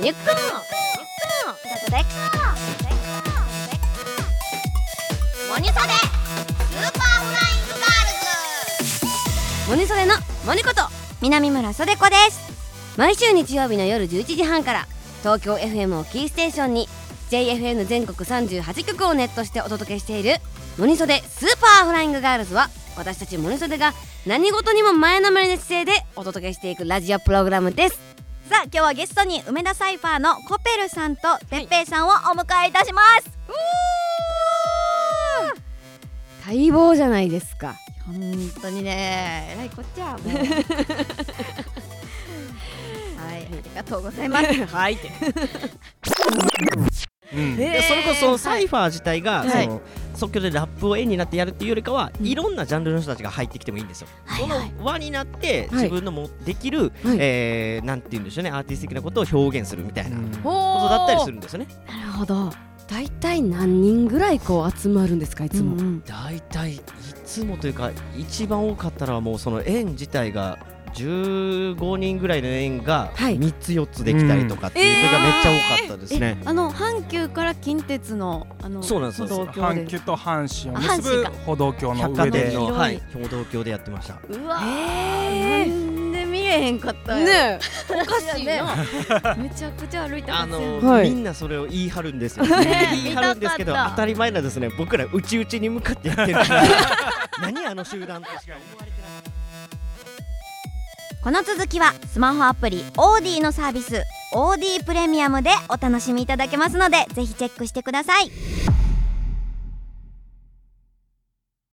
ニュッコモニソデスーパーフライングガールズ。モニソデのモニこと南村そでこです。毎週日曜日の夜11時半から東京 FM をキーステーションに JFN 全国38局をネットしてお届けしているモニソデスーパーフライングガールズは、私たちモニソデが何事にも前のめりな姿勢でお届けしていくラジオプログラムです。 さあ今日はゲストに梅田サイファーのコペルさんとてっぺいさんをお迎えいたします、 待望じゃないですか。 本当にね、えらいこっちゃもうはい、ありがとうございますはいってでそれこそサイファー自体が、 はいその即興でラップを絵になってやるっていうよりかは、いろんなジャンルの人たちが入ってきてもいいんですよ、その輪になって自分のもできる、なんて言うんでしょうね、アーティスト的なことを表現するみたいなことだったりするんですよね。 なるほど。だいたい何人ぐらいこう集まるんですか、いつも。 だいたいいつもというか一番多かったのはもうその円自体が15人ぐらいの円が3つ4つできたりとかっていうのがめっちゃ多かったですね。 阪急から近鉄のそうなんですよ。 阪急と阪神を結ぶ歩道橋の上で、 歩道橋でやってました。 うわなんで見えへんかったんやねえ、おかしいな。 めちゃくちゃ歩いてますよ。 はいみんなそれを言い張るんですよ。 ね言い張るんですけど見たかった当たり前なんですね。僕ら内々に向かってやってる何あの集団としか思われてない。 この続きはスマホアプリオーディのサービスオーディプレミアムでお楽しみいただけますので、ぜひチェックしてください。